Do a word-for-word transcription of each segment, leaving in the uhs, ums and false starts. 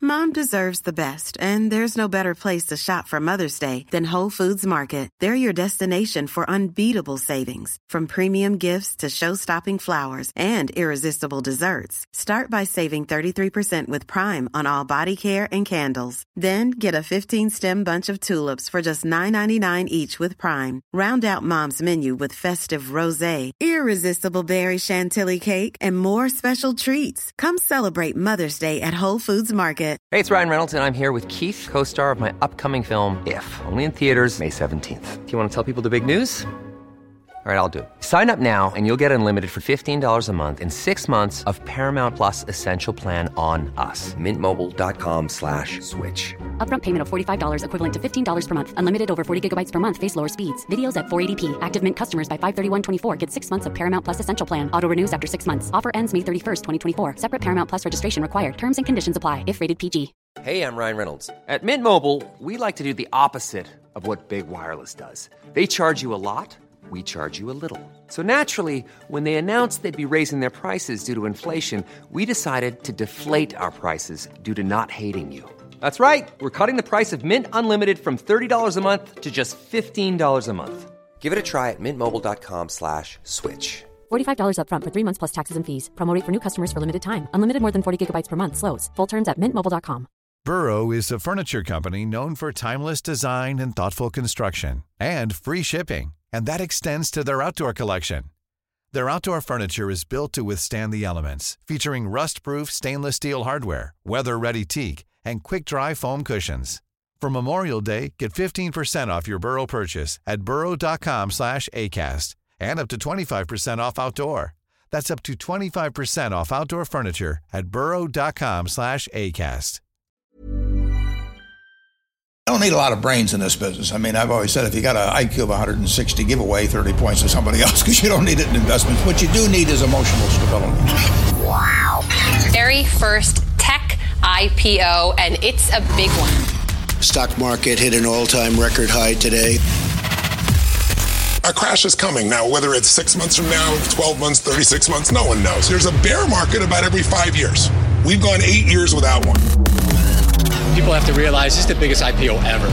Mom deserves the best, and there's no better place to shop for Mother's Day than Whole Foods Market. They're your destination for unbeatable savings, from premium gifts to show-stopping flowers and irresistible desserts. Start by saving thirty-three percent with Prime on all body care and candles. Then get a fifteen-stem bunch of tulips for just nine ninety-nine each with Prime. Round out Mom's menu with festive rosé, irresistible berry chantilly cake, and more special treats. Come celebrate Mother's Day at Whole Foods Market. Hey, it's Ryan Reynolds, and I'm here with Keith, co-star of my upcoming film, If, only in theaters May seventeenth. Do you want to tell people the big news? All right, I'll do it. Sign up now and you'll get unlimited for fifteen dollars a month and six months of Paramount Plus Essential Plan on us. Mint Mobile dot com slash switch. Upfront payment of forty-five dollars equivalent to fifteen dollars per month. Unlimited over forty gigabytes per month. Face lower speeds. Videos at four eighty p. Active Mint customers by five thirty-one twenty-four get six months of Paramount Plus Essential Plan. Auto renews after six months. Offer ends May thirty-first, twenty twenty-four. Separate Paramount Plus registration required. Terms and conditions apply if rated P G. Hey, I'm Ryan Reynolds. At Mint Mobile, we like to do the opposite of what Big Wireless does. They charge you a lot. We charge you a little. So naturally, when they announced they'd be raising their prices due to inflation, we decided to deflate our prices due to not hating you. That's right. We're cutting the price of Mint Unlimited from thirty dollars a month to just fifteen dollars a month. Give it a try at mintmobile.com slash switch. forty-five dollars up front for three months plus taxes and fees. Promo rate for new customers for limited time. Unlimited more than forty gigabytes per month. Slows full terms at mint mobile dot com. Burrow is a furniture company known for timeless design and thoughtful construction and free shipping. And that extends to their outdoor collection. Their outdoor furniture is built to withstand the elements, featuring rust-proof stainless steel hardware, weather-ready teak, and quick-dry foam cushions. For Memorial Day, get fifteen percent off your Burrow purchase at burrow.com slash ACAST and up to twenty-five percent off outdoor. That's up to twenty-five percent off outdoor furniture at burrow.com slash ACAST. I don't need a lot of brains in this business. I mean, I've always said if you got an I Q of one hundred sixty, give away thirty points to somebody else because you don't need it in investments. What you do need is emotional stability. Wow. Very first tech I P O, and it's a big one. Stock market hit an all-time record high today. A crash is coming. Now, whether it's six months from now, twelve months, thirty-six months, no one knows. There's a bear market about every five years. We've gone eight years without one. People have to realize this is the biggest I P O ever.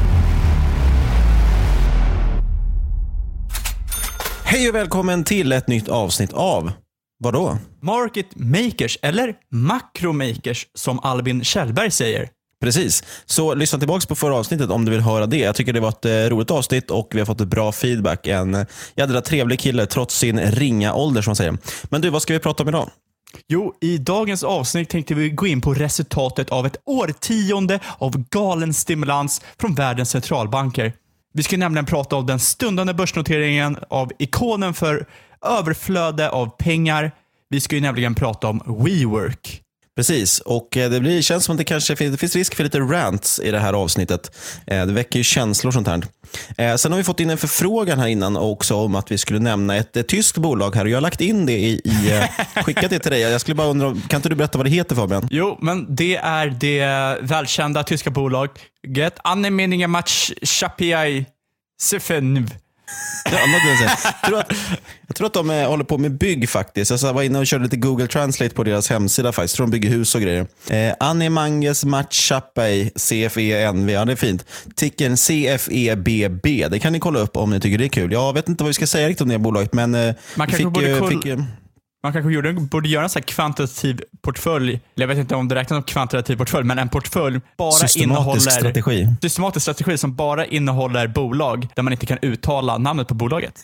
Hej och välkommen till ett nytt avsnitt av vadå? Market Makers eller Makromakers som Albin Kjellberg säger. Precis, så lyssna tillbaka på förra avsnittet om du vill höra det. Jag tycker det var ett eh, roligt avsnitt och vi har fått ett bra feedback. En jädra trevlig kille trots sin ringa ålder som man säger. Men du, vad ska vi prata om idag? Jo, i dagens avsnitt tänkte vi gå in på resultatet av ett årtionde av galen stimulans från världens centralbanker. Vi ska nämligen prata om den stundande börsnoteringen av ikonen för överflöde av pengar. Vi ska ju nämligen prata om WeWork. Precis, och det blir, känns som att det kanske finns, det finns risk för lite rants i det här avsnittet. Det väcker ju känslor och sånt här. Sen har vi fått in en förfrågan här innan också om att vi skulle nämna ett, ett tyskt bolag här. Och jag har lagt in det i, i skickat det till dig. Jag skulle bara undra, kan inte du berätta vad det heter, Fabian? Jo, men det är det välkända tyska bolag Get Annemeninga Match Chapiai Sefenv. Ja, jag, tror att, jag tror att de är, håller på med bygg faktiskt. Alltså, jag var inne och körde lite Google Translate på deras hemsida faktiskt. Jag tror de bygger hus och grejer. eh, Animanges Matchapai C F E N V, ja det är fint. Ticken C F E B B. Det kan ni kolla upp om ni tycker det är kul. Jag vet inte vad vi ska säga riktigt om det här bolaget, men eh, man kanske borde kolla fick, Man kanske gjorde, borde göra en sån här kvantitativ portfölj. Jag vet inte om det räknas som kvantitativ portfölj, men en portfölj bara systematisk innehåller strategi. systematisk strategi som bara innehåller bolag där man inte kan uttala namnet på bolaget.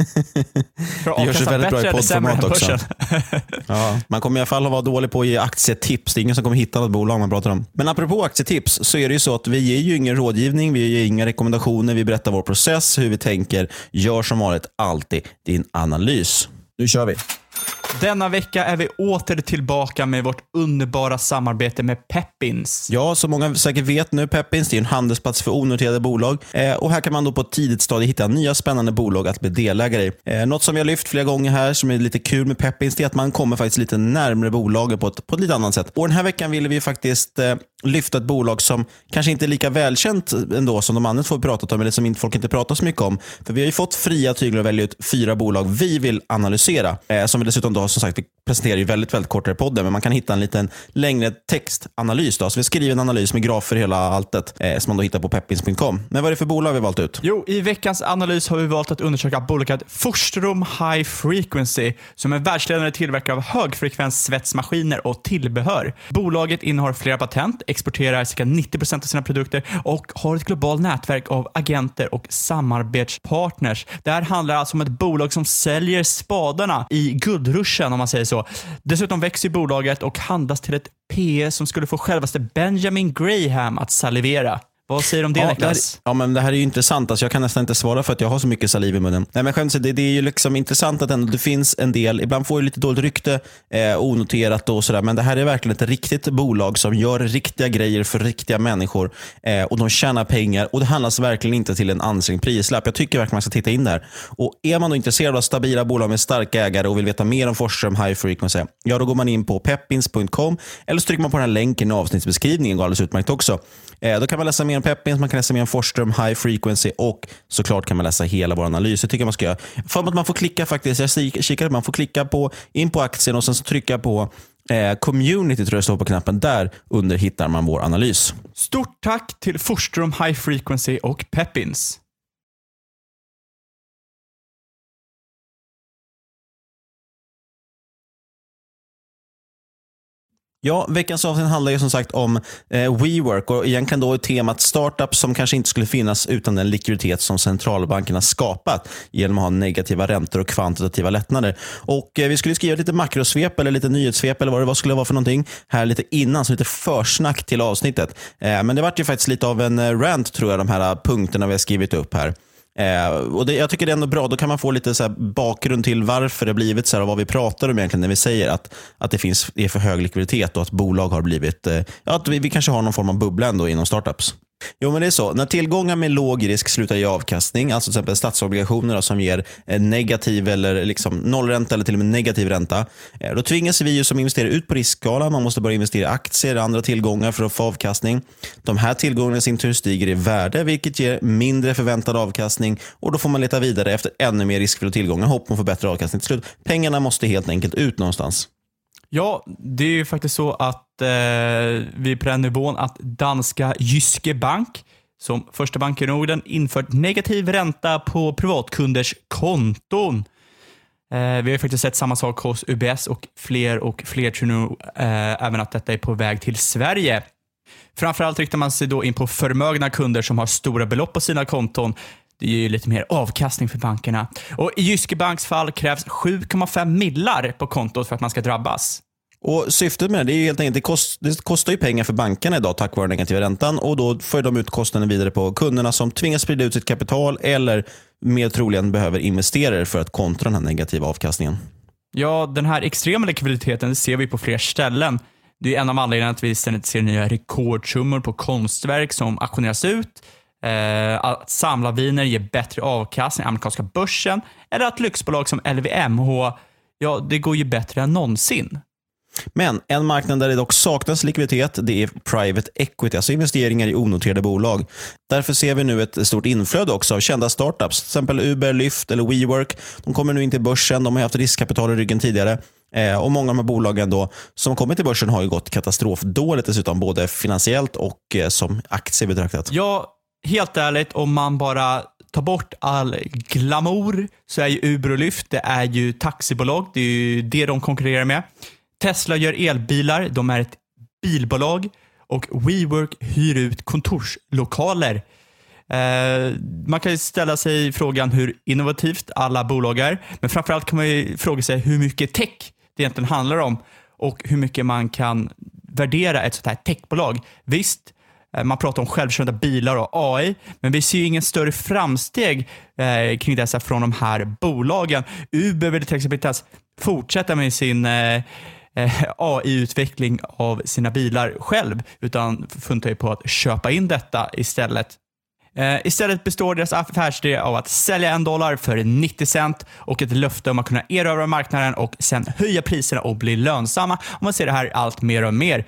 För det görs ju väldigt bra i poddformat också. Ja, man kommer i alla fall att vara dålig på att ge aktietips. Det är ingen som kommer hitta något bolag man pratar om. Men apropå aktietips så är det ju så att vi ger ju ingen rådgivning, vi ger inga rekommendationer, vi berättar vår process, hur vi tänker. Gör som vanligt alltid din analys. Nu kör vi. Denna vecka är vi åter tillbaka med vårt underbara samarbete med Pepins. Ja, som många säkert vet nu, Pepins det är en handelsplats för onoterade bolag. Eh, och här kan man då på ett tidigt stadie hitta nya spännande bolag att bli delägare i. Eh, något som vi har lyft flera gånger här som är lite kul med Pepins är att man kommer faktiskt lite närmare bolagen på ett, på ett lite annat sätt. Och den här veckan ville vi faktiskt eh, lyfta ett bolag som kanske inte är lika välkänt ändå som de andra får pratat om, eller som inte, folk inte pratar så mycket om. För vi har ju fått fria tyglar att välja ut fyra bolag vi vill analysera. Eh, som vi dessutom då, som sagt, vi presenterar ju väldigt, väldigt kortare podden, men man kan hitta en liten längre textanalys då. Så vi skriver en analys med grafer i hela alltet eh, som man då hittar på peppins punkt com. Men vad är det för bolag vi har valt ut? Jo, i veckans analys har vi valt att undersöka bolaget Forsström High Frequency, som är världsledande tillverkare av högfrekvens svetsmaskiner och tillbehör. Bolaget innehar flera patent, exporterar cirka nittio procent av sina produkter och har ett globalt nätverk av agenter och samarbetspartners. Det här handlar alltså om ett bolag som säljer spadarna i guldruschen, om man säger så. Dessutom växer bolaget och handlas till ett P E som skulle få självaste Benjamin Graham att salivera. Vad säger du om det, ja, Niklas? Det här, ja, men det här är ju intressant. Alltså, jag kan nästan inte svara för att jag har så mycket saliv i munnen. Nej, men skämt, det, det är ju liksom intressant att ändå det finns en del. Ibland får ju lite dåligt rykte, eh, onoterat och sådär. Men det här är verkligen ett riktigt bolag som gör riktiga grejer för riktiga människor. Eh, och de tjänar pengar. Och det handlas verkligen inte till en ansträngd prislapp. Jag tycker verkligen man ska titta in där. Och är man då intresserad av stabila bolag med starka ägare och vill veta mer om Forsström High Frequency, ja, då går man in på peppins punkt com eller så trycker man på den här länken i avsnittsbeskrivningen. Går alldeles utmärkt också. Eh, då kan man läsa mer om Peppins, man kan läsa mer om Forsström High Frequency och såklart kan man läsa hela vår analys. Jag tycker man ska göra. För att man får klicka faktiskt, jag kikar, man får klicka på, in på aktien och sen så trycka på eh, community, tror jag står på knappen. Där under hittar man vår analys. Stort tack till Forsström High Frequency och Peppins. Ja, veckans avsnitt handlar ju som sagt om eh, WeWork och egentligen då är temat startups som kanske inte skulle finnas utan den likviditet som centralbankerna skapat genom att ha negativa räntor och kvantitativa lättnader. Och eh, vi skulle skriva lite makrosvep eller lite nyhetssvep eller vad det var skulle vara för någonting här lite innan, så lite försnack till avsnittet. Eh, men det var ju faktiskt lite av en rant, tror jag, de här punkterna vi har skrivit upp här. Eh, och det, jag tycker det är ändå bra, då kan man få lite så här bakgrund till varför det har blivit så här och vad vi pratar om egentligen när vi säger att, att det finns, det är för hög likviditet och att bolag har blivit, eh, ja, att vi, vi kanske har någon form av bubbla ändå inom startups. Jo, men det är så. När tillgångar med låg risk slutar ge avkastning, alltså till exempel statsobligationer då, som ger negativ eller liksom nollränta eller till och med negativ ränta, då tvingas vi ju som investerar ut på riskskalan. Man måste börja investera i aktier och andra tillgångar för att få avkastning. De här tillgångarna i sin tur stiger i värde, vilket ger mindre förväntad avkastning, och då får man leta vidare efter ännu mer riskfulla tillgångar, hopp om att få bättre avkastning till slut. Pengarna måste helt enkelt ut någonstans. Ja, det är ju faktiskt så att eh, vi är på den nivån att danska Jyske Bank, som första banken i Norden, infört negativ ränta på privatkunders konton. Eh, vi har faktiskt sett samma sak hos U B S och fler och fler tror nu eh, även att detta är på väg till Sverige. Framförallt riktar man sig då in på förmögna kunder som har stora belopp på sina konton. Det ger ju lite mer avkastning för bankerna. Och i Jyske Banks fall krävs sju komma fem millar på kontot för att man ska drabbas. Och syftet med det är ju helt enkelt, det, kost, det kostar ju pengar för bankerna idag tack vare negativa räntan, och då får de ut kostnaden vidare på kunderna som tvingas sprida ut sitt kapital eller mer troligen behöver investerare för att kontra den här negativa avkastningen. Ja, den här extrema likviditeten ser vi på fler ställen. Det är en av anledningarna att vi ständigt ser nya rekordsummor på konstverk som auktioneras ut. Eh, att samlarviner ger bättre avkastning i amerikanska börsen, eller att lyxbolag som L V M H, ja, det går ju bättre än någonsin. Men en marknad där det dock saknas likviditet, det är private equity, alltså investeringar i onoterade bolag. Därför ser vi nu ett stort inflöde också av kända startups, till exempel Uber, Lyft eller WeWork. De kommer nu in till börsen, de har haft riskkapital i ryggen tidigare. Eh, och många av de här bolagen då, som kommer till börsen har ju gått katastrofdåligt dessutom, både finansiellt och eh, som aktie betraktat. Ja, helt ärligt, om man bara tar bort all glamour så är ju Uber och Lyft, det är ju taxibolag, det är ju det de konkurrerar med. Tesla gör elbilar, de är ett bilbolag, och WeWork hyr ut kontorslokaler. Eh, man kan ju ställa sig frågan hur innovativt alla bolag är, men framförallt kan man ju fråga sig hur mycket tech det egentligen handlar om och hur mycket man kan värdera ett sånt här techbolag. Visst, man pratar om självkörande bilar och A I, men vi ser ju ingen större framsteg eh, kring dessa från de här bolagen. Uber vill till exempel fortsätta med sin eh, A I-utveckling av sina bilar själv, utan funderar ju på att köpa in detta istället. Eh, istället består deras affärsidé av att sälja en dollar för nittio cent och ett löfte om att kunna erövra marknaden och sen höja priserna och bli lönsamma. Och man ser det här allt mer och mer.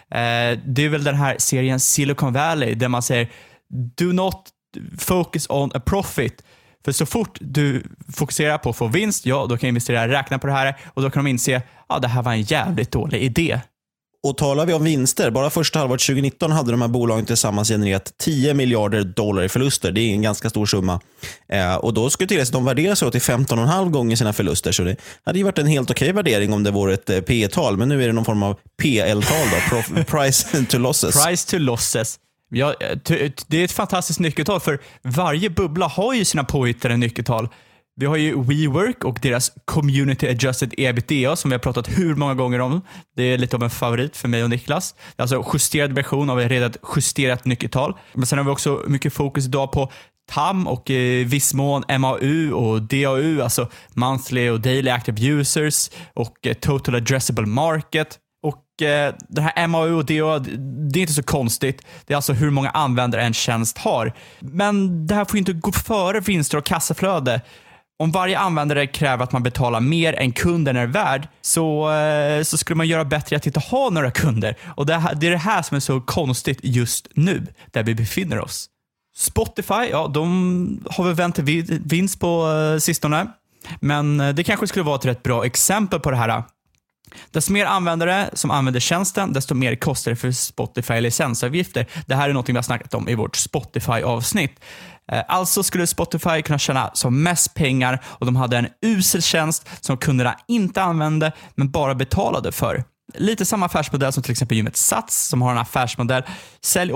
Eh, det är väl den här serien Silicon Valley där man säger do not focus on a profit. För så fort du fokuserar på att få vinst, ja, då kan investerare räkna på det här och då kan de inse att ja, det här var en jävligt dålig idé. Och talar vi om vinster, bara första halvåret tjugonitton hade de här bolagen tillsammans genererat tio miljarder dollar i förluster. Det är en ganska stor summa. Eh, och då skulle till att de värderas till femton komma fem gånger sina förluster. Så det hade ju varit en helt okej värdering om det vore ett eh, P E-tal. Men nu är det någon form av P L-tal då, Prof- Price to Losses. Price to Losses. Ja, det är ett fantastiskt nyckeltal för varje bubbla har ju sina påhittade nyckeltal. Vi har ju WeWork och deras Community Adjusted EBITDA som vi har pratat hur många gånger om. Det är lite av en favorit för mig och Niklas. Det är alltså justerad version av ett redan justerat nyckeltal. Men sen har vi också mycket fokus idag på T A M och i viss mån M A U och D A U, alltså Monthly och Daily Active Users och Total Addressable Market. Och eh, den här M A U och D A U, det är inte så konstigt. Det är alltså hur många användare en tjänst har. Men det här får inte gå före vinster och kassaflöde. Om varje användare kräver att man betalar mer än kunden är värd så, eh, så skulle man göra bättre att inte ha några kunder. Och det, här, det är det här som är så konstigt just nu, där vi befinner oss. Spotify, ja, de har väl vänt till vinst på eh, sistone. Men det kanske skulle vara ett rätt bra exempel på det här. Desto mer användare som använder tjänsten, desto mer kostar det för Spotify licensavgifter. Det här är något vi har snackat om i vårt Spotify-avsnitt. Alltså skulle Spotify kunna tjäna som mest pengar och de hade en usel tjänst som kunderna inte använde men bara betalade för. Lite samma affärsmodell som till exempel gymmet Sats som har en affärsmodell. Sälj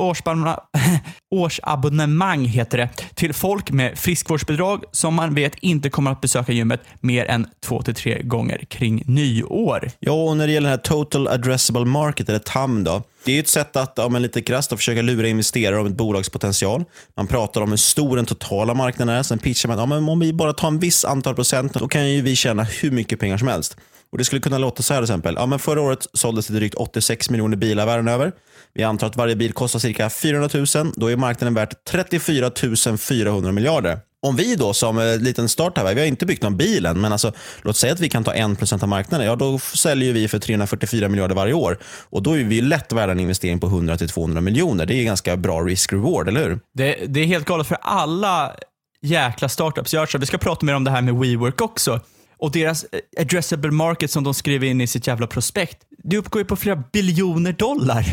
årsabonnemang heter det till folk med friskvårdsbidrag som man vet inte kommer att besöka gymmet mer än två till tre gånger kring nyår. Ja, och när det gäller den här Total Addressable Market eller T A M då. Det är ett sätt att, om en lite krasst, att försöka lura investerare om ett bolags potential. Man pratar om hur stor den totala marknaden är. Sen pitchar man, ja, men om vi bara tar en viss antal procent, då kan ju vi tjäna hur mycket pengar som helst. Och det skulle kunna låta så här till exempel. Ja, men förra året såldes det drygt åttiosex miljoner bilar världen över. Vi antar att varje bil kostar cirka fyrahundratusen. Då är marknaden värt trettiofyra tusen fyrahundra miljarder. Om vi då som en liten start här, vi har inte byggt någon bilen, men alltså, låt säga att vi kan ta en procent av marknaden. Ja, då säljer vi för trehundrafyrtiofyra miljarder varje år. Och då är vi lätt värda en investering på hundra till tvåhundra miljoner. Det är ganska bra risk-reward, eller hur? Det, det är helt galet för alla jäkla startups gör så. Vi ska prata mer om det här med WeWork också. Och deras addressable market som de skriver in i sitt jävla prospekt, det uppgår ju på flera biljoner dollar.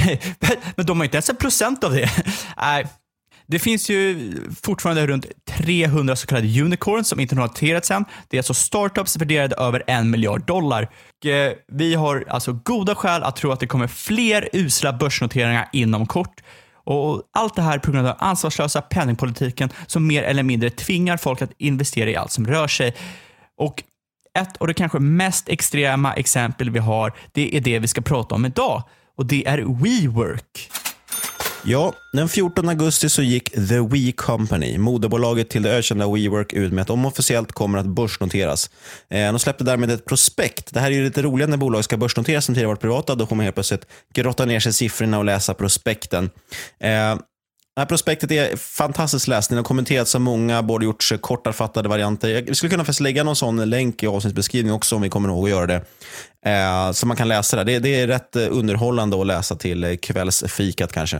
Men de har inte ens en procent av det. Nej. Det finns ju fortfarande runt trehundra så kallade unicorns som inte har noterats än. Det är alltså startups värderade över en miljard dollar. Och vi har alltså goda skäl att tro att det kommer fler usla börsnoteringar inom kort. Och allt det här på grund av ansvarslösa penningpolitiken som mer eller mindre tvingar folk att investera i allt som rör sig. Och ett av det kanske mest extrema exempel vi har, det är det vi ska prata om idag. Och det är WeWork. Ja, den fjortonde augusti så gick The We Company, moderbolaget till det ökända WeWork, ut med att de officiellt kommer att börsnoteras. Eh, de släppte därmed ett prospekt. Det här är ju lite roligt när bolag ska börsnoteras som tidigare varit privata. Då får man helt plötsligt grotta ner sig siffrorna och läsa prospekten. Eh, Det här prospektet är fantastisk läsning. Det har kommenterats av många, både gjorts kortfattade varianter. Vi skulle kunna faktiskt lägga någon sån länk i avsnittsbeskrivningen också om vi kommer ihåg att göra det. Eh, så man kan läsa det. det. Det är rätt underhållande att läsa till kvällsfikat kanske.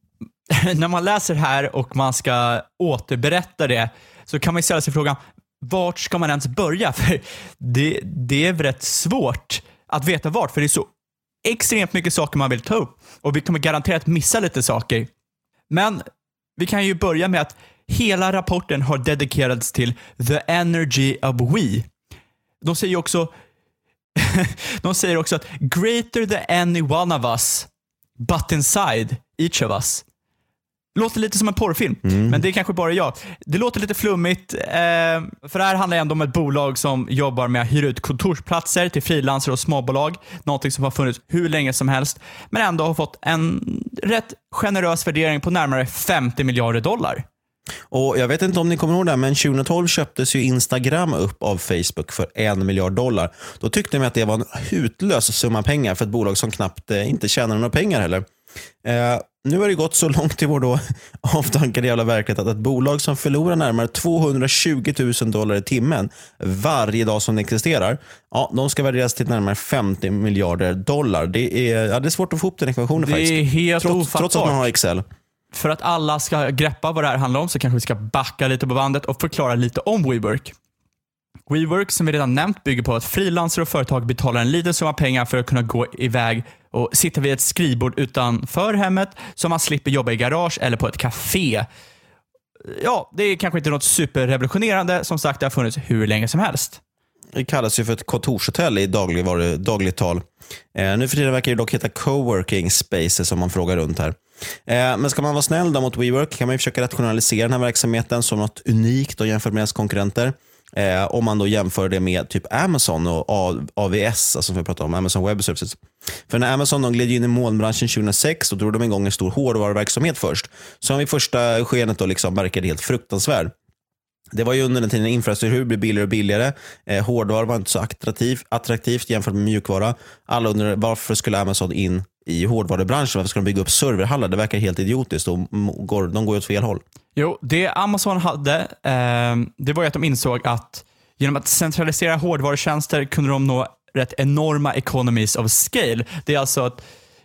När man läser här och man ska återberätta det så kan man ställa sig frågan, vart ska man ens börja? För det, det är rätt svårt att veta vart, för det är så extremt mycket saker man vill ta upp. Och vi kommer garanterat missa lite saker. Men vi kan ju börja med att hela rapporten har dedikerats till the energy of we. De säger också de säger också att greater than any one of us but inside each of us. Låter lite som en porrfilm, mm. men det är kanske bara jag. Det låter lite flummigt, eh, för det här handlar ändå om ett bolag som jobbar med att hyra ut kontorsplatser till frilansare och småbolag. Någonting som har funnits hur länge som helst, men ändå har fått en rätt generös värdering på närmare femtio miljarder dollar. Och jag vet inte om ni kommer ihåg det, men tjugohundratolv köptes ju Instagram upp av Facebook för en miljard dollar. Då tyckte de att det var en hutlös summa pengar för ett bolag som knappt eh, inte tjänar några pengar heller. Eh, nu har det gått så långt i vår då avtankade jävla verklighet att ett bolag som förlorar närmare tvåhundratjugo tusen dollar i timmen varje dag som det existerar, ja, de ska värderas till närmare femtio miljarder dollar. Det är, ja, det är svårt att få ihop den ekvationen det faktiskt. Det är helt trots, ofattbart. Trots att man har Excel. För att alla ska greppa vad det här handlar om så kanske vi ska backa lite på bandet och förklara lite om WeWork. WeWork, som vi redan nämnt, bygger på att frilansare och företag betalar en liten summa pengar för att kunna gå iväg och sitta vid ett skrivbord utanför hemmet så man slipper jobba i garage eller på ett café. Ja, det är kanske inte något superrevolutionerande. Som sagt, det har funnits hur länge som helst. Det kallas ju för ett kontorshotell i daglig, dagligt tal. Eh, nu för tiden verkar det dock heta coworking spaces om man frågar runt här. Eh, men ska man vara snäll då mot WeWork kan man ju försöka rationalisera den här verksamheten som något unikt och jämfört med deras konkurrenter. Eh, om man då jämför det med typ Amazon och A W S, alltså som vi pratar om, Amazon Web Services. För när Amazon de gled in i molnbranschen tjugohundrasex så drog de igång en stor hårdvaruverksamhet först. Som i första skenet då liksom verkade helt fruktansvärd. Det var ju under den tiden infrastruktur blev billigare och billigare. Eh, hårdvara var inte så attraktiv, attraktivt jämfört med mjukvara. Alla undrar varför skulle Amazon in i hårdvarubranschen? Varför ska de bygga upp serverhallar? Det verkar helt idiotiskt och går, de går åt fel håll. Jo, det Amazon hade, eh, det var ju att de insåg att genom att centralisera hårdvarutjänster kunde de nå rätt enorma economies of scale. Det är alltså att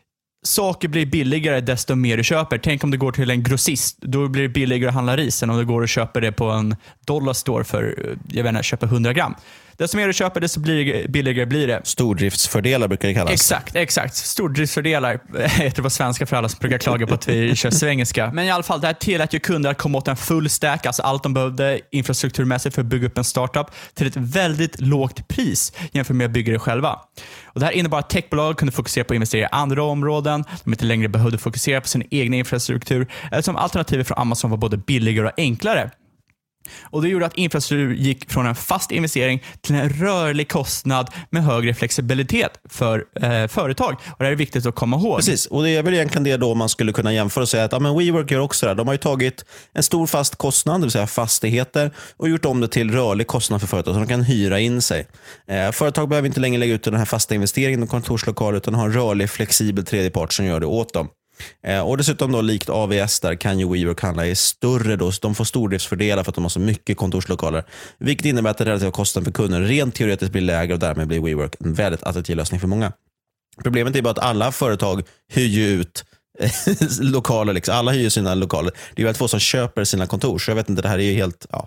saker blir billigare desto mer du köper. Tänk om du går till en grossist, då blir det billigare att handla ris än om du går och köper det på en dollarstore för, jag vet inte, köper hundra gram. Desto mer du köper, desto blir billigare blir det. Stordriftsfördelar brukar det kallas. Exakt, exakt. Stordriftsfördelar heter det på svenska för alla som brukar klaga på att vi kör svengelska. Men i alla fall, det här tillät ju kunder att komma åt en full stack, alltså allt de behövde infrastrukturmässigt för att bygga upp en startup till ett väldigt lågt pris jämfört med att bygga det själva. Och det här innebar att techbolag kunde fokusera på att investera i andra områden, de inte längre behövde fokusera på sin egen infrastruktur, eftersom alternativet från Amazon var både billigare och enklare. Och det gjorde att infrastruktur gick från en fast investering till en rörlig kostnad med högre flexibilitet för eh, företag. Och det är viktigt att komma ihåg. Precis, och det är väl egentligen det då man skulle kunna jämföra och säga att ja, men WeWork gör också det. De har ju tagit en stor fast kostnad, det vill säga fastigheter, och gjort om det till rörlig kostnad för företag så de kan hyra in sig. Eh, företag behöver inte längre lägga ut den här fasta investeringen i kontorslokaler utan har en rörlig, flexibel tredjepart som gör det åt dem. Eh, och dessutom då likt A W S där kan ju WeWork handla i större då, de får stordriftsfördelar för att de har så mycket kontorslokaler, vilket innebär att den relativa kostnaden för kunden rent teoretiskt blir lägre och därmed blir WeWork en väldigt attraktiv lösning för många. Problemet är bara att alla företag hyr ut lokaler, liksom. Alla hyr sina lokaler. Det är väldigt få som köper sina kontor, så jag vet inte, det här är ju helt, ja,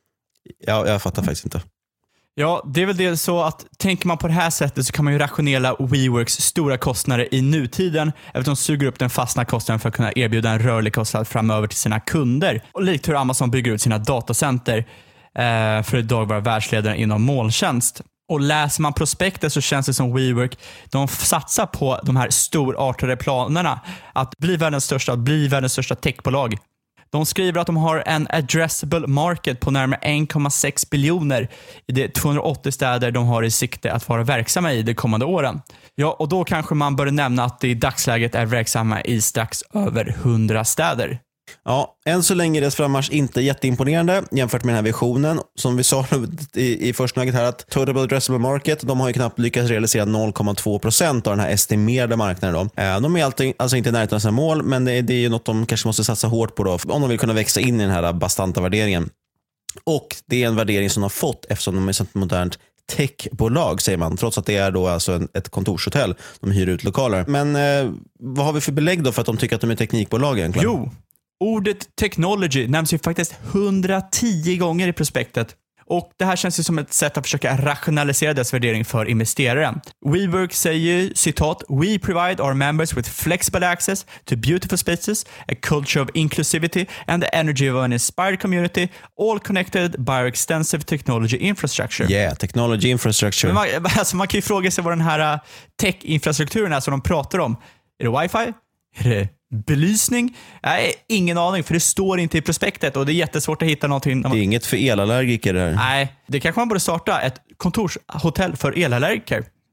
jag, jag fattar faktiskt inte. Ja, det är väl det så att tänker man på det här sättet så kan man ju rationera WeWorks stora kostnader i nutiden eftersom de suger upp den fasta kostnaden för att kunna erbjuda en rörlig kostnad framöver till sina kunder. Och likt hur Amazon bygger ut sina datacenter eh, för att idag vara världsledare inom molntjänst. Och läser man prospektet så känns det som WeWork, de satsar på de här storartade planerna att bli världens största, att bli världens största techbolag. De skriver att de har en addressable market på närmare en komma sex biljoner i de tvåhundraåttio städer de har i sikte att vara verksamma i de kommande åren. Ja, och då kanske man bör nämna att de i dagsläget är verksamma i strax över hundra städer. Ja, än så länge är deras frammarsch inte jätteimponerande jämfört med den här visionen. Som vi sa i, i första läget här att Total Addressable Market, de har ju knappt lyckats realisera noll komma två procent av den här estimerade marknaden då. De är alltid, alltså inte nära sina mål, men det är, det är ju något de kanske måste satsa hårt på då om de vill kunna växa in i den här bastanta värderingen. Och det är en värdering som de har fått eftersom de är ett modernt techbolag, säger man, trots att det är då alltså en, ett kontorshotell. De hyr ut lokaler. Men eh, vad har vi för belägg då för att de tycker att de är teknikbolag egentligen? Jo, ordet technology nämns ju faktiskt hundratio gånger i prospektet. Och det här känns ju som ett sätt att försöka rationalisera dess värdering för investeraren. WeWork säger, citat, "We provide our members with flexible access to beautiful spaces, a culture of inclusivity and the energy of an inspired community, all connected by our extensive technology infrastructure." Yeah, technology infrastructure. Men man, alltså man kan ju fråga sig vad den här tech-infrastrukturen är som de pratar om. Är det wifi? Är det belysning? Nej, ingen aning, för det står inte i prospektet och det är jättesvårt att hitta någonting. Det är inget för elallergiker det här. Nej, det kanske man borde starta ett kontorshotell för elallergiker.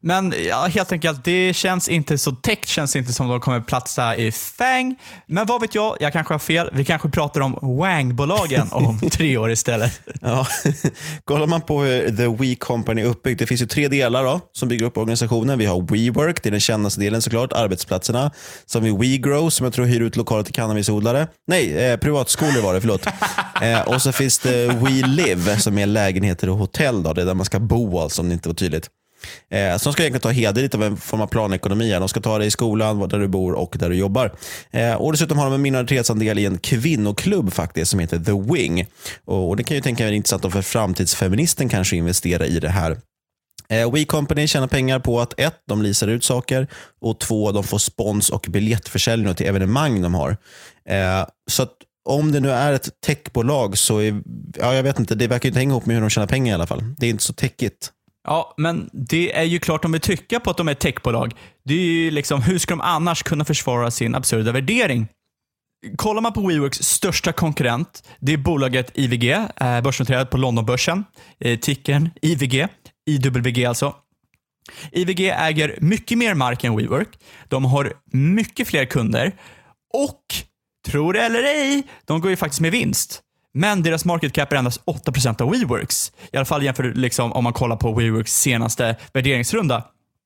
Men ja, helt enkelt, det känns inte så tech, känns inte som de kommer platsa i Fang. Men vad vet jag, jag kanske har fel. Vi kanske pratar om Wang-bolagen om tre år istället. Ja, kollar man på hur The We Company är uppbyggt, det finns ju tre delar då, som bygger upp organisationen. Vi har WeWork, det är den kändaste delen såklart, arbetsplatserna. Så har vi WeGrow, som jag tror hyr ut lokaler till cannabisodlare. Nej, eh, privatskolor var det, förlåt. eh, och så finns det WeLive, som är lägenheter och hotell då, det är där man ska bo, alltså, om det inte var tydligt. Eh, så de ska egentligen ta heder lite av en form av planekonomi. De ska ta det i skolan, där du bor och där du jobbar. Eh, och dessutom har de en minoritetsandel i en kvinnoklubb faktiskt som heter The Wing. Och, och det kan ju tänka mig intressant för framtidsfeministen kanske investera i det här. Eh, We Company tjänar pengar på att ett, de leasar ut saker och två, de får spons och biljettförsäljning till evenemang de har. Eh, så att om det nu är ett techbolag så är, ja, jag vet inte, det verkar ju inte hänga ihop med hur de tjänar pengar i alla fall. Det är inte så techigt. Ja, men det är ju klart de vill trycka på att de är ett techbolag. Det är ju liksom, hur ska de annars kunna försvara sin absurda värdering? Kollar man på WeWorks största konkurrent, det är bolaget I V G, eh, börsnoterat på Londonbörsen, eh, tickern I V G, I W G alltså. I V G äger mycket mer mark än WeWork. De har mycket fler kunder och, tror det eller ej, de går ju faktiskt med vinst. Men deras market cap är endast åtta procent av WeWorks. I alla fall jämför liksom, om man kollar på WeWorks senaste värderingsrunda.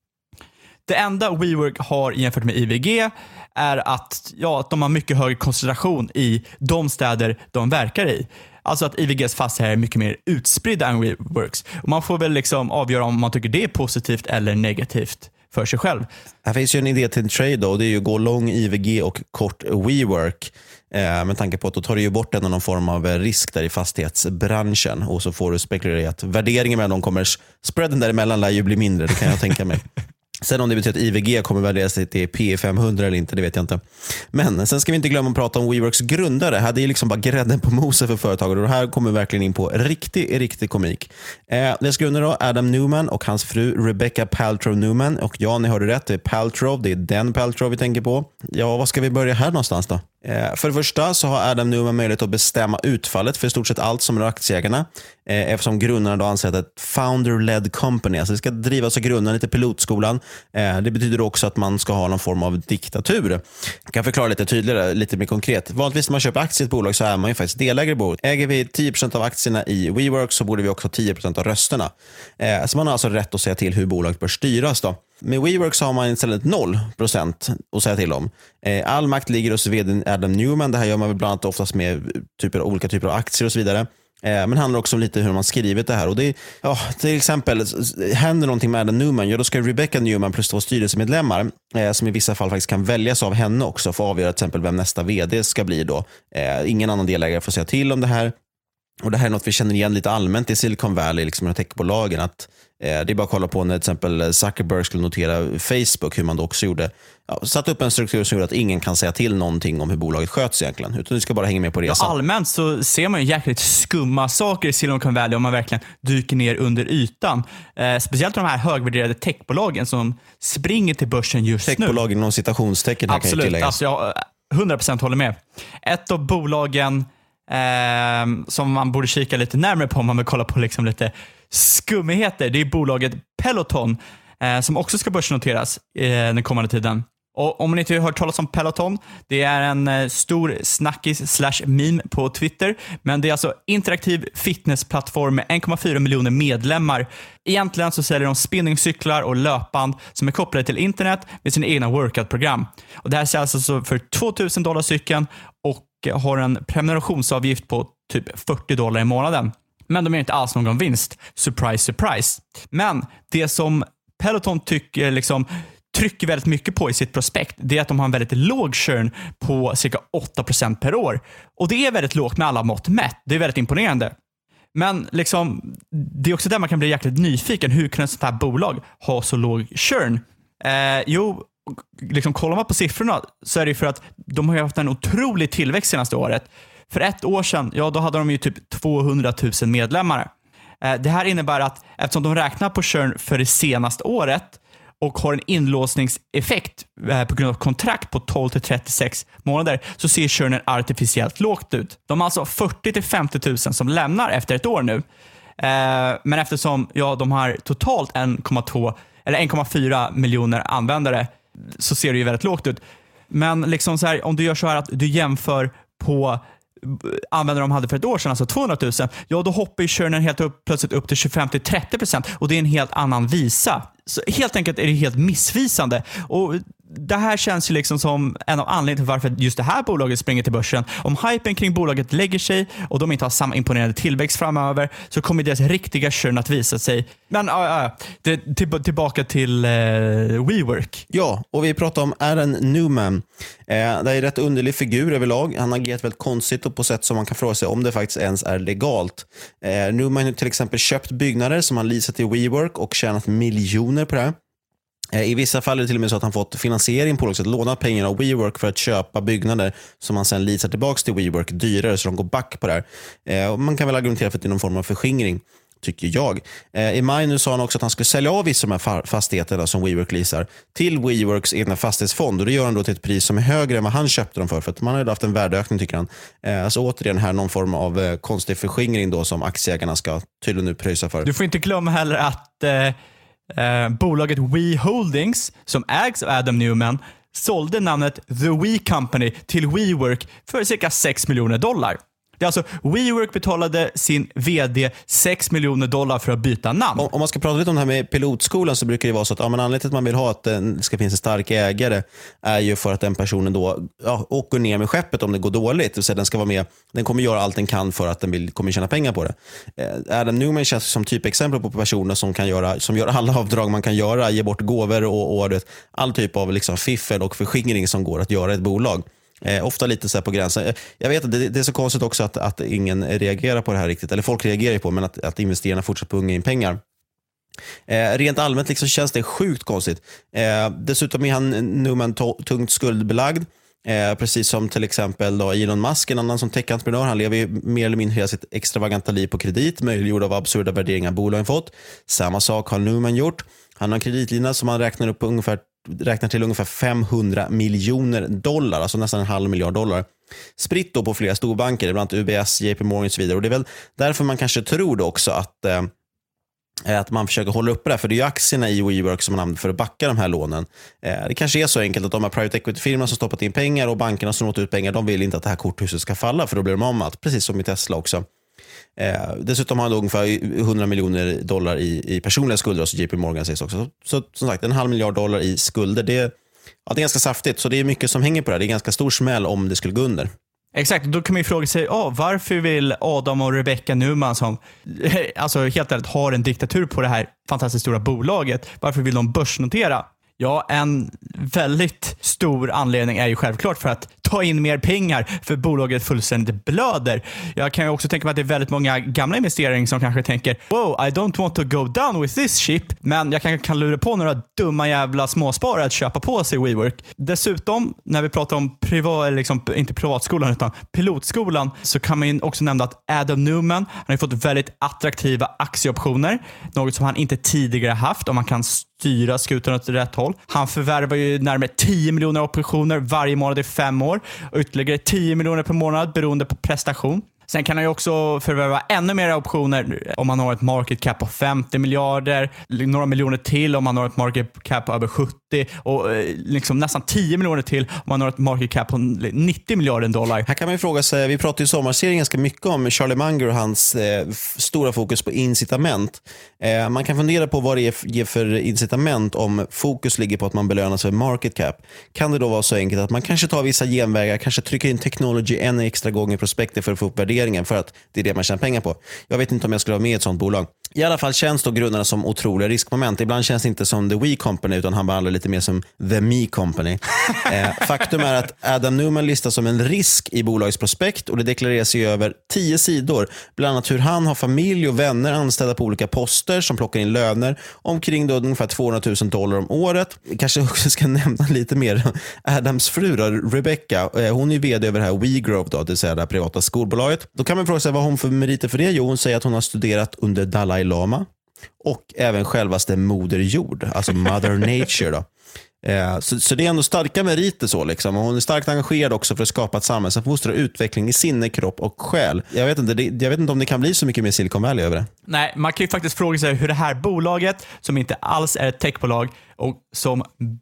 Det enda WeWork har jämfört med I V G är att, ja, att de har mycket högre koncentration i de städer de verkar i. Alltså att I V Gs fastigheter är mycket mer utspridda än WeWorks. Och man får väl liksom avgöra om man tycker det är positivt eller negativt för sig själv. Här finns ju en idé till en trade då, och det är ju att gå lång I V G och kort WeWork. Eh, med tanke på att då tar du ju bort någon form av risk där i fastighetsbranschen och så får du spekulera i att värderingen mellan dem kommer, spreaden däremellan lär ju bli mindre, det kan jag tänka mig. Sen om det betyder att I V G kommer värderas till P femhundra eller inte, det vet jag inte. Men sen ska vi inte glömma att prata om WeWorks grundare. Här det är liksom bara grädden på moset för företagare. Och det här kommer verkligen in på riktig, riktig komik. Eh, dess grundare då, Adam Neumann och hans fru Rebecca Paltrow Neumann. Och ja, ni hörde rätt, det är Paltrow, det är den Paltrow vi tänker på. Ja, vad ska vi börja här någonstans då? Eh, för det första så har Adam Neumann möjlighet att bestämma utfallet för i stort sett allt som rör aktieägarna. Eh, eftersom grundarna då anser att ett founder-led company, alltså det ska drivas av grundarna, lite pilotskolan. Eh, det betyder också att man ska ha någon form av diktatur. Jag kan förklara lite tydligare, lite mer konkret. Vanligtvis när man köper aktier i ett bolag så är man ju faktiskt delägare i bolaget. Äger vi tio procent av aktierna i WeWork så borde vi också ha tio procent av rösterna. Eh, så man har alltså rätt att säga till hur bolaget bör styras då. Med WeWork så har man istället noll procent att säga till om. Eh, all makt ligger hos vd Adam Neumann. Det här gör man väl bland annat oftast med typer, olika typer av aktier och så vidare. Men det handlar också om lite hur man skrivit det här. Och det är, ja, till exempel, händer någonting med Adam Neumann, ja, då ska Rebecca Neumann plus två styrelsemedlemmar eh, som i vissa fall faktiskt kan väljas av henne också för att avgöra till exempel vem nästa vd ska bli då. Eh, ingen annan delägare får säga till om det här. Och det här är något vi känner igen lite allmänt i Silicon Valley, liksom med techbolagen, att eh, det är bara att kolla på när till exempel Zuckerberg skulle notera Facebook, hur man då också gjorde, ja, satt upp en struktur som gjorde att ingen kan säga till någonting om hur bolaget sköts egentligen, utan du ska bara hänga med på resan. Ja, allmänt så ser man ju jäkligt skumma saker i Silicon Valley om man verkligen dyker ner under ytan. Eh, speciellt de här högvärderade techbolagen som springer till börsen just techbolagen, nu. Techbolagen inom citationstecken här. Absolut, kan jag alltså jag hundra procent håller med. Ett av bolagen Eh, som man borde kika lite närmare på om man vill kolla på liksom lite skummigheter, det är bolaget Peloton eh, som också ska börsnoteras eh, den kommande tiden. Och om ni inte har hört talas om Peloton, det är en eh, stor snackis slash meme på Twitter, men det är alltså interaktiv fitnessplattform med en komma fyra miljoner medlemmar. Egentligen så säljer de spinningcyklar och löpband som är kopplade till internet med sina egna workoutprogram. Och det här säljs alltså för tvåtusen dollar cykeln och har en prenumerationsavgift på typ fyrtio dollar i månaden. Men de är inte alls någon vinst. Surprise, surprise. Men det som Peloton tycker liksom trycker väldigt mycket på i sitt prospekt, det är att de har en väldigt låg churn på cirka åtta procent per år. Och det är väldigt lågt med alla mått mätt. Det är väldigt imponerande. Men liksom, det är också där man kan bli jäkligt nyfiken. Hur kan ett sånt här bolag ha så låg churn? Eh, jo, liksom kollar man på siffrorna så är det för att de har haft en otrolig tillväxt senaste året. För ett år sedan, ja då hade de ju typ tvåhundratusen medlemmar. Eh, det här innebär att eftersom de räknar på churn för det senaste året och har en inlåsningseffekt eh, på grund av kontrakt på tolv till trettiosex månader, så ser churnen artificiellt lågt ut. De har alltså fyrtio till femtio tusen som lämnar efter ett år nu. Eh, men eftersom ja, de har totalt en komma två eller en komma fyra miljoner användare, så ser det ju väldigt lågt ut. Men liksom så här, om du gör så här att du jämför på användare de hade för ett år sedan, alltså tvåhundratusen, ja då hoppar ju churnen helt upp, plötsligt upp till tjugofem till trettio procent, och det är en helt annan visa. Så helt enkelt är det helt missvisande. Och det här känns ju liksom som en av anledningarna till varför just det här bolaget springer till börsen. Om hypen kring bolaget lägger sig och de inte har samma imponerande tillväxt framöver, så kommer deras riktiga churn att visa sig. Men äh, äh, till, tillbaka till äh, WeWork. Ja, och vi pratar om Adam Neumann. Eh, det är en rätt underlig figur överlag. Han har agerat väldigt konstigt och på sätt som man kan fråga sig om det faktiskt ens är legalt. Eh, Neumann har till exempel köpt byggnader som han leasat till WeWork och tjänat miljoner på det här. I vissa fall är det till och med så att han fått finansiering på något sätt, lånat pengar av WeWork för att köpa byggnader som han sen leasar tillbaka till WeWork dyrare, så de går back på det här. Och man kan väl argumentera för att det är någon form av förskingring, tycker jag. I maj nu sa han också att han skulle sälja av vissa av de här fastigheterna som WeWork leasar till WeWorks egna fastighetsfond, och det gör han då till ett pris som är högre än vad han köpte dem för, för att man har haft en värdeökning, tycker han. Alltså återigen här någon form av konstig förskingring då som aktieägarna ska tydligen nu pröjsa för. Du får inte glömma heller att eh... Uh, bolaget We Holdings, som ägs av Adam Neumann, sålde namnet The We Company till WeWork för cirka sex miljoner dollar. Det är alltså WeWork betalade sin vd sex miljoner dollar för att byta namn. Om, om man ska prata lite om det här med pilotskolan, så brukar det vara så att ja, men anledningen till att man vill ha att det ska finnas en stark ägare är ju för att den personen då ja, åker ner med skeppet om det går dåligt. Så den ska vara med, den kommer göra allt den kan för att den vill, kommer tjäna pengar på det. Eh, Adam Neumann känns som typexempel på personer som kan göra, som gör alla avdrag man kan göra, ge bort gåvor och, och vet, all typ av liksom fiffel och förskingring som går att göra i ett bolag. Eh, ofta lite så här på gränsen. Jag vet att det, det är så konstigt också att, att ingen reagerar på det här riktigt. Eller folk reagerar på, men att, att investerarna fortsätter punga in pengar. Eh, rent allmänt liksom känns det sjukt konstigt. Eh, dessutom är han Neumann tungt skuldbelagd. Eh, precis som till exempel då Elon Musk, en annan som tech-entreprenör. Han lever ju mer eller mindre hela sitt extravaganta liv på kredit, möjliggjord av absurda värderingar bolagen fått. Samma sak har Neumann gjort. Han har en kreditlina som han räknar upp på ungefär räknar till ungefär femhundra miljoner dollar, alltså nästan en halv miljard dollar. Spritt då på flera storbanker, bland annat U B S, J P Morgan och så vidare. Och det är väl därför man kanske tror då också att, eh, att man försöker hålla uppe det. För det är ju aktierna i WeWork som man använder för att backa de här lånen. Eh, det kanske är så enkelt att de här private equity-firmorna som stoppat in pengar och bankerna som låter ut pengar, de vill inte att det här korthuset ska falla, för då blir de om allt. Precis som i Tesla också. Eh, dessutom har han ungefär hundra miljoner dollar i, i personliga skulder, så J P Morgan sägs också. Så, så som sagt, en halv miljard dollar i skulder, det, ja, det är ganska saftigt. Så det är mycket som hänger på det. Det är ganska stor smäll om det skulle gå under. Exakt, då kan man ju fråga sig, oh, varför vill Adam och Rebecca Neumann, som alltså helt ärligt har en diktatur på det här fantastiskt stora bolaget, varför vill de börsnotera? Ja, en väldigt stor anledning är ju självklart för att ta in mer pengar, för bolaget fullständigt blöder. Jag kan ju också tänka mig att det är väldigt många gamla investerare som kanske tänker, wow, I don't want to go down with this ship, men jag kanske kan lura på några dumma jävla småsparare att köpa på sig WeWork. Dessutom, när vi pratar om privat, liksom, inte privatskolan utan pilotskolan, så kan man ju också nämna att Adam Neumann, han har fått väldigt attraktiva aktieoptioner, något som han inte tidigare haft, om man kan styra skutan åt rätt håll. Han förvärvar ju närmare tio miljoner optioner varje månad i fem år och ytterligare tio miljoner per månad beroende på prestation. Sen kan han ju också förvärva ännu mer optioner om man har ett market cap på femtio miljarder, några miljoner till om man har ett market cap på över sjuttio och liksom nästan tio miljoner till om man har ett market cap på nittio miljarder dollar. Här kan man ju fråga sig, vi pratar ju i sommarserien ganska mycket om Charlie Munger och hans eh, stora fokus på incitament. Eh, man kan fundera på vad det ger för incitament om fokus ligger på att man belönas för market cap. Kan det då vara så enkelt att man kanske tar vissa genvägar, kanske trycker in technology en extra gång i prospektet för att få upp värderingen, för att det är det man tjänar pengar på. Jag vet inte om jag skulle vara med i ett sånt bolag. I alla fall känns då grundarna som otroliga riskmoment. Ibland känns det inte som The We Company, utan han behandlar lite mer som The Me Company. eh, faktum är att Adam Neumann listas som en risk i bolagets prospekt, och det deklareras i över tio sidor. Bland annat hur han har familj och vänner anställda på olika poster som plockar in löner omkring då ungefär tvåhundratusen dollar om året. Kanske också ska nämna lite mer Adams fru då, Rebecca. Eh, hon är vd över det här WeGrove då, det vill säga det privata skolbolaget. Då kan man fråga sig vad hon för meriter för det. Jo, hon säger att hon har studerat under Dalai Lama och även självaste Moder Jord, alltså Mother Nature då. Eh, så, så det är ändå starka meriter så liksom. Och hon är starkt engagerad också för att skapa ett samhälle som fostrar utveckling i sinne, kropp och själ. Jag vet inte, det, jag vet inte om det kan bli så mycket mer Silicon Valley över det. Nej, man kan ju faktiskt fråga sig hur det här bolaget, som inte alls är ett techbolag och som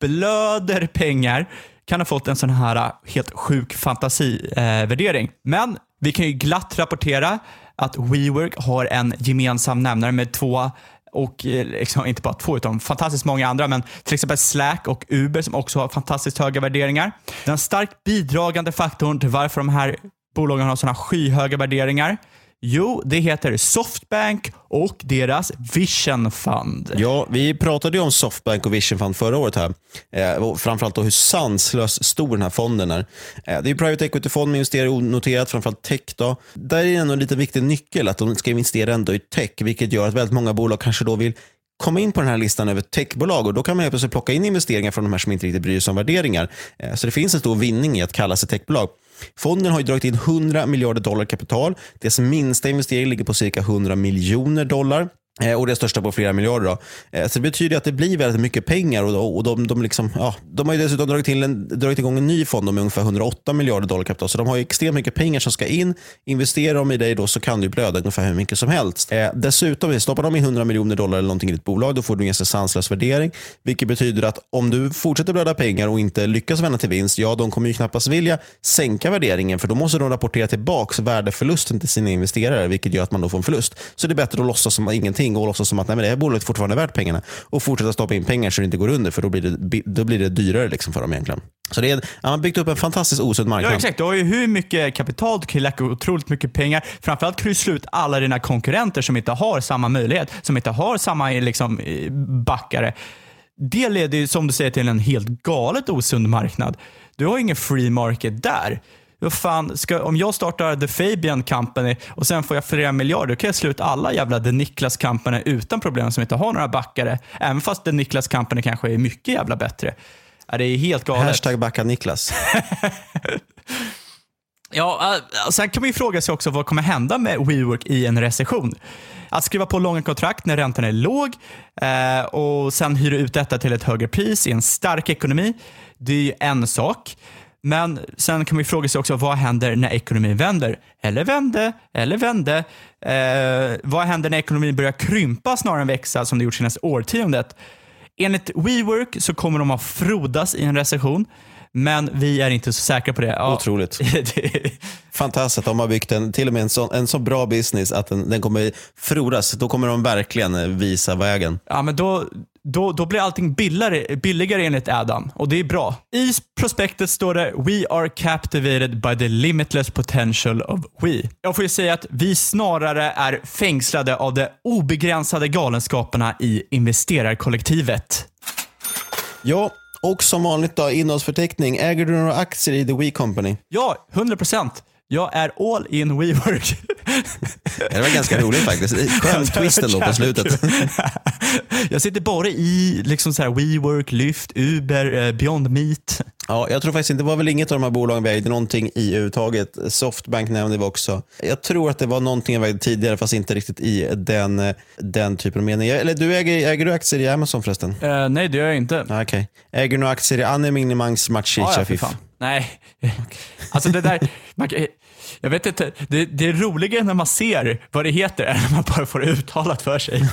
blöder pengar, kan ha fått en sån här helt sjuk fantasivärdering. Eh, Men vi kan ju glatt rapportera att WeWork har en gemensam nämnare med två, och liksom, inte bara två utan fantastiskt många andra, men till exempel Slack och Uber som också har fantastiskt höga värderingar. Den starkt bidragande faktorn till varför de här bolagen har sådana skyhöga värderingar, jo, det heter Softbank och deras Vision Fund. Ja, vi pratade ju om Softbank och Vision Fund förra året här. Eh, framförallt då hur sanslös stor den här fonden är. Eh, det är private equity-fond med investerar onoterat, framförallt tech då. Där är det ändå en lite viktig nyckel att de ska investera ändå i tech, vilket gör att väldigt många bolag kanske då vill komma in på den här listan över techbolag, och då kan man plötsligt plocka in investeringar från de här som inte riktigt bryr sig om värderingar. Eh, så det finns en stor vinning i att kalla sig techbolag. Fonden har ju dragit in hundra miljarder dollar kapital. Dess minsta investering ligger på cirka hundra miljoner dollar. Och det största på flera miljarder då. Så det betyder att det blir väldigt mycket pengar, och, och de, de, liksom, ja, de har ju dessutom dragit, till en, dragit igång en ny fond med ungefär hundraåtta miljarder dollar kapital. Så de har ju extremt mycket pengar som ska in. Investerar de i dig då, så kan du blöda ungefär hur mycket som helst. Eh, dessutom stoppar de in hundra miljoner dollar eller någonting i ditt bolag, då får du en ganska sanslös värdering. Vilket betyder att om du fortsätter blöda pengar och inte lyckas vända till vinst, ja, de kommer ju knappast vilja sänka värderingen, för då måste de rapportera tillbaka värdeförlusten till sina investerare, vilket gör att man då får en förlust. Så det är bättre att låtsas som ingenting och låtsas som att nej, men det här bolaget fortfarande är värt pengarna, och fortsätta stoppa in pengar så det inte går under, för då blir det, då blir det dyrare liksom för dem egentligen. Så det är, man har byggt upp en fantastiskt osund marknad. Ja, exakt. Du har ju hur mycket kapital, du kan läcka otroligt mycket pengar. Framförallt kan du slå ut alla dina konkurrenter som inte har samma möjlighet, som inte har samma liksom, backare. Det leder ju, som du säger, till en helt galet osund marknad. Du har ingen free market där. Fan, ska, om jag startar The Fabian Company och sen får jag flera miljarder, då kan jag sluta alla jävla The Niklas Company utan problem, som inte har några backare. Även fast The Niklas Company kanske är mycket jävla bättre. Ja, det är helt galet. Hashtag backa Niklas. Ja, sen kan man ju fråga sig också vad kommer hända med WeWork i en recession. Att skriva på långa kontrakt när räntan är låg eh, och sen hyra ut detta till ett högre pris i en stark ekonomi, det är ju en sak. Men sen kan vi fråga sig också, vad händer när ekonomin vänder? Eller vände, eller vände. Eh, vad händer när ekonomin börjar krympa snarare än växa, som det gjort senaste årtiondet? Enligt WeWork så kommer de att frodas i en recession, men vi är inte så säkra på det. Ja. Otroligt. Fantastiskt att de har byggt en, till och med en så, en så bra business att den, den kommer frodas. Då kommer de verkligen visa vägen. Ja, men då... Då, då blir allting billigare, billigare enligt Adam, och det är bra. I prospektet står det: We are captivated by the limitless potential of we. Jag får ju säga att vi snarare är fängslade av de obegränsade galenskaperna i investerarkollektivet. Ja, och som vanligt då, innehållsförteckning. Äger du några aktier i The We Company? Ja, hundra procent. Jag är all in WeWork. Det var ganska roligt faktiskt. Skön twisten då på slutet. Jag sitter bara i liksom så här WeWork, Lyft, Uber, Beyond Meat. Ja, jag tror faktiskt inte, det var väl inget av de här bolagen vi ägde någonting i överhuvudtaget. Softbank nämnde vi också. Jag tror att det var någonting jag vägde tidigare, fast inte riktigt i den, den typen av mening. Eller du äger, äger du aktier i Amazon förresten? Uh, nej, det gör jag inte. Ah, okay. Äger du några aktier i Annemingnemangs Matchicha? Ah, ja, nej. Alltså det där... Man, jag vet inte, det, det är roligare när man ser vad det heter än när man bara får det uttalat för sig.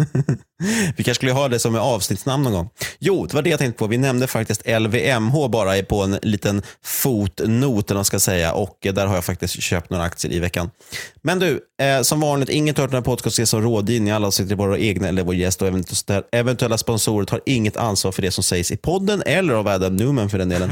Vi kanske skulle ha det som en avsnittsnamn någon gång. Jo, det var det jag tänkte på. Vi nämnde faktiskt L V M H bara på en liten fotnot, eller man ska säga, och där har jag faktiskt köpt några aktier i veckan. Men du, eh, som vanligt, inget hört den här podcasten som rådgivning. Alla sitter bara egna eller vår gäst och eventuella sponsorer tar inget ansvar för det som sägs i podden eller av Adam Newman för den delen.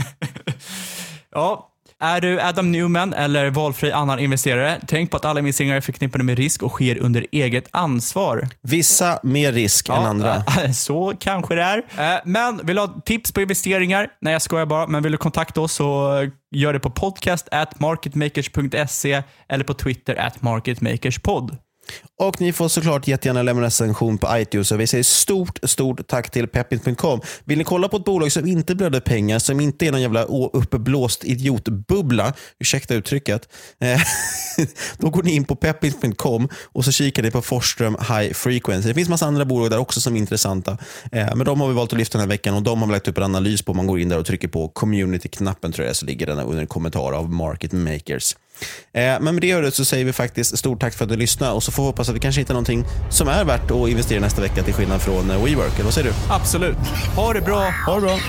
Ja. Är du Adam Newman eller valfri annan investerare, tänk på att alla investeringar är förknippade med risk och sker under eget ansvar. Vissa mer risk ja, än andra. Så kanske det är. Men vill du ha tips på investeringar? Nej, jag skojar bara. Men vill du kontakta oss så gör det på podcast at marketmakers punkt se eller på Twitter at marketmakerspod. Och ni får såklart jättegärna lämna en recension på iTunes. Och vi säger stort, stort tack till peppins punkt com. Vill ni kolla på ett bolag som inte blöder pengar, som inte är någon jävla uppblåst idiotbubbla, ursäkta uttrycket, eh, då går ni in på peppins punkt com och så kikar ni på Forsström High Frequency. Det finns massa andra bolag där också som är intressanta. Eh, men de har vi valt att lyfta den här veckan och de har vi lagt upp en analys på. Man går in där och trycker på community-knappen, tror jag, så ligger den under en kommentar av Market Makers. Eh, men med det hörde så säger vi faktiskt stort tack för att du lyssnade och så får vi hoppas att vi kanske hittar någonting som är värt att investera nästa vecka till skillnad från eh, WeWork. Eller vad säger du? Absolut. Ha det bra. Ha det bra.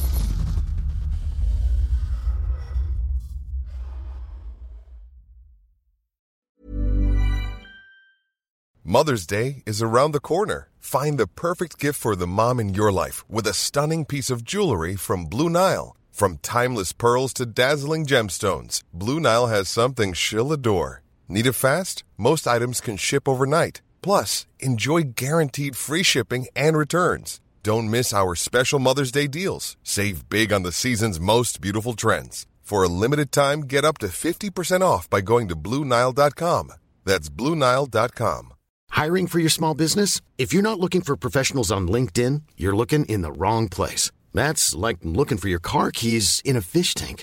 Mother's Day is around the corner. Find the perfect gift for the mom in your life with a stunning piece of jewelry from Blue Nile. From timeless pearls to dazzling gemstones, Blue Nile has something she'll adore. Need it fast? Most items can ship overnight. Plus, enjoy guaranteed free shipping and returns. Don't miss our special Mother's Day deals. Save big on the season's most beautiful trends. For a limited time, get up to fifty percent off by going to Blue Nile dot com. That's Blue Nile dot com. Hiring for your small business? If you're not looking for professionals on LinkedIn, you're looking in the wrong place. That's like looking for your car keys in a fish tank.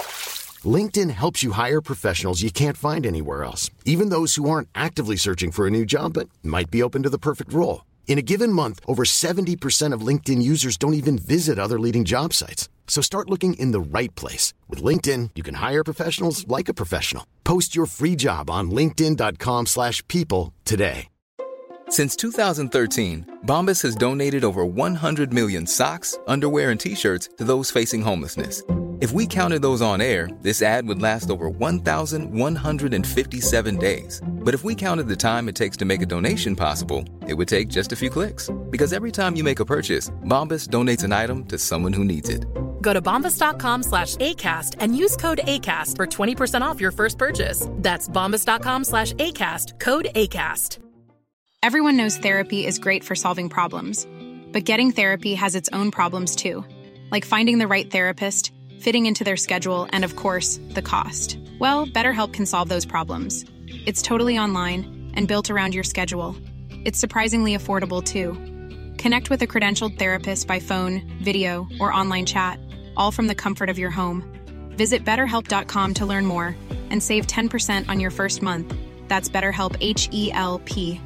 LinkedIn helps you hire professionals you can't find anywhere else, even those who aren't actively searching for a new job but might be open to the perfect role. In a given month, over seventy percent of LinkedIn users don't even visit other leading job sites. So start looking in the right place. With LinkedIn, you can hire professionals like a professional. Post your free job on linkedin dot com slash people today. Since two thousand thirteen, Bombas has donated over one hundred million socks, underwear, and T-shirts to those facing homelessness. If we counted those on air, this ad would last over one thousand one hundred fifty-seven days. But if we counted the time it takes to make a donation possible, it would take just a few clicks. Because every time you make a purchase, Bombas donates an item to someone who needs it. Go to bombas dot com slash ACAST and use code ACAST for twenty percent off your first purchase. That's bombas dot com slash ACAST, code ACAST. Everyone knows therapy is great for solving problems, but getting therapy has its own problems too, like finding the right therapist, fitting into their schedule, and of course, the cost. Well, BetterHelp can solve those problems. It's totally online and built around your schedule. It's surprisingly affordable too. Connect with a credentialed therapist by phone, video, or online chat, all from the comfort of your home. Visit better help dot com to learn more and save ten percent on your first month. That's BetterHelp, H E L P.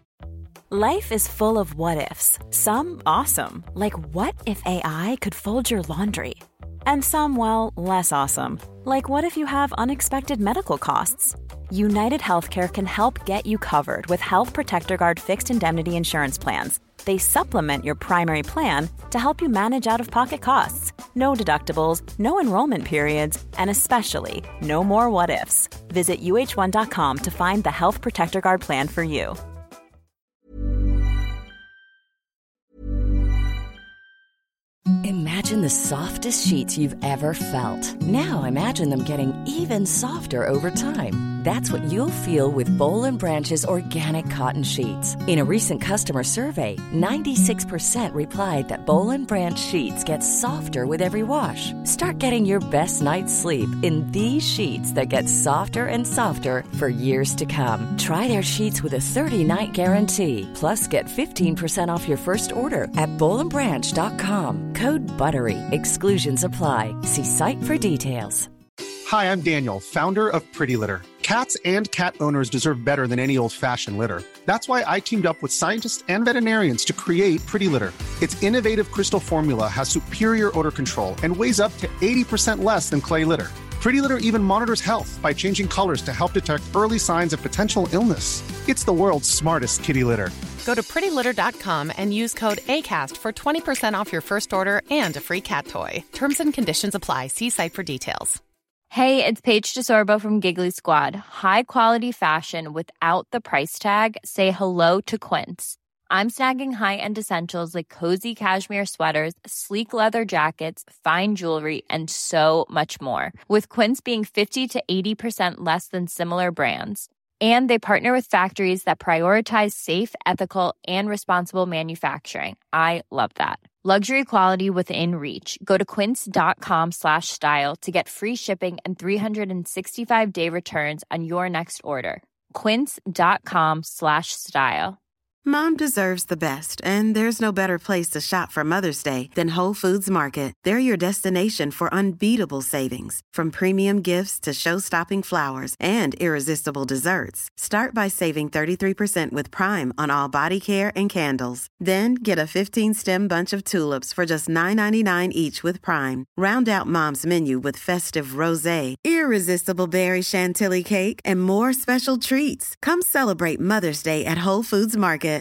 Life is full of what-ifs. Some awesome, like what if A I could fold your laundry? And some, well, less awesome, like what if you have unexpected medical costs? United Healthcare can help get you covered with Health Protector Guard fixed indemnity insurance plans. They supplement your primary plan to help you manage out-of-pocket costs. No deductibles, no enrollment periods, and especially no more what-ifs. Visit U H one dot com to find the Health Protector Guard plan for you. Imagine the softest sheets you've ever felt. Now imagine them getting even softer over time. That's what you'll feel with Boll and Branch's organic cotton sheets. In a recent customer survey, ninety-six percent replied that Boll and Branch sheets get softer with every wash. Start getting your best night's sleep in these sheets that get softer and softer for years to come. Try their sheets with a thirty-night guarantee. Plus, get fifteen percent off your first order at boll and branch dot com. Code BUTTERY. Exclusions apply. See site for details. Hi, I'm Daniel, founder of Pretty Litter. Cats and cat owners deserve better than any old-fashioned litter. That's why I teamed up with scientists and veterinarians to create Pretty Litter. Its innovative crystal formula has superior odor control and weighs up to eighty percent less than clay litter. Pretty Litter even monitors health by changing colors to help detect early signs of potential illness. It's the world's smartest kitty litter. Go to pretty litter dot com and use code ACAST for twenty percent off your first order and a free cat toy. Terms and conditions apply. See site for details. Hey, it's Paige DeSorbo from Giggly Squad. High quality fashion without the price tag. Say hello to Quince. I'm snagging high-end essentials like cozy cashmere sweaters, sleek leather jackets, fine jewelry, and so much more. With Quince being fifty to eighty percent less than similar brands. And they partner with factories that prioritize safe, ethical, and responsible manufacturing. I love that. Luxury quality within reach. Go to quince dot com slash style to get free shipping and three sixty-five day returns on your next order. quince.com slash style. Mom deserves the best, and there's no better place to shop for Mother's Day than Whole Foods Market. They're your destination for unbeatable savings, from premium gifts to show-stopping flowers and irresistible desserts. Start by saving thirty-three percent with Prime on all body care and candles. Then get a fifteen-stem bunch of tulips for just nine ninety-nine each with Prime. Round out Mom's menu with festive rosé, irresistible berry chantilly cake, and more special treats. Come celebrate Mother's Day at Whole Foods Market.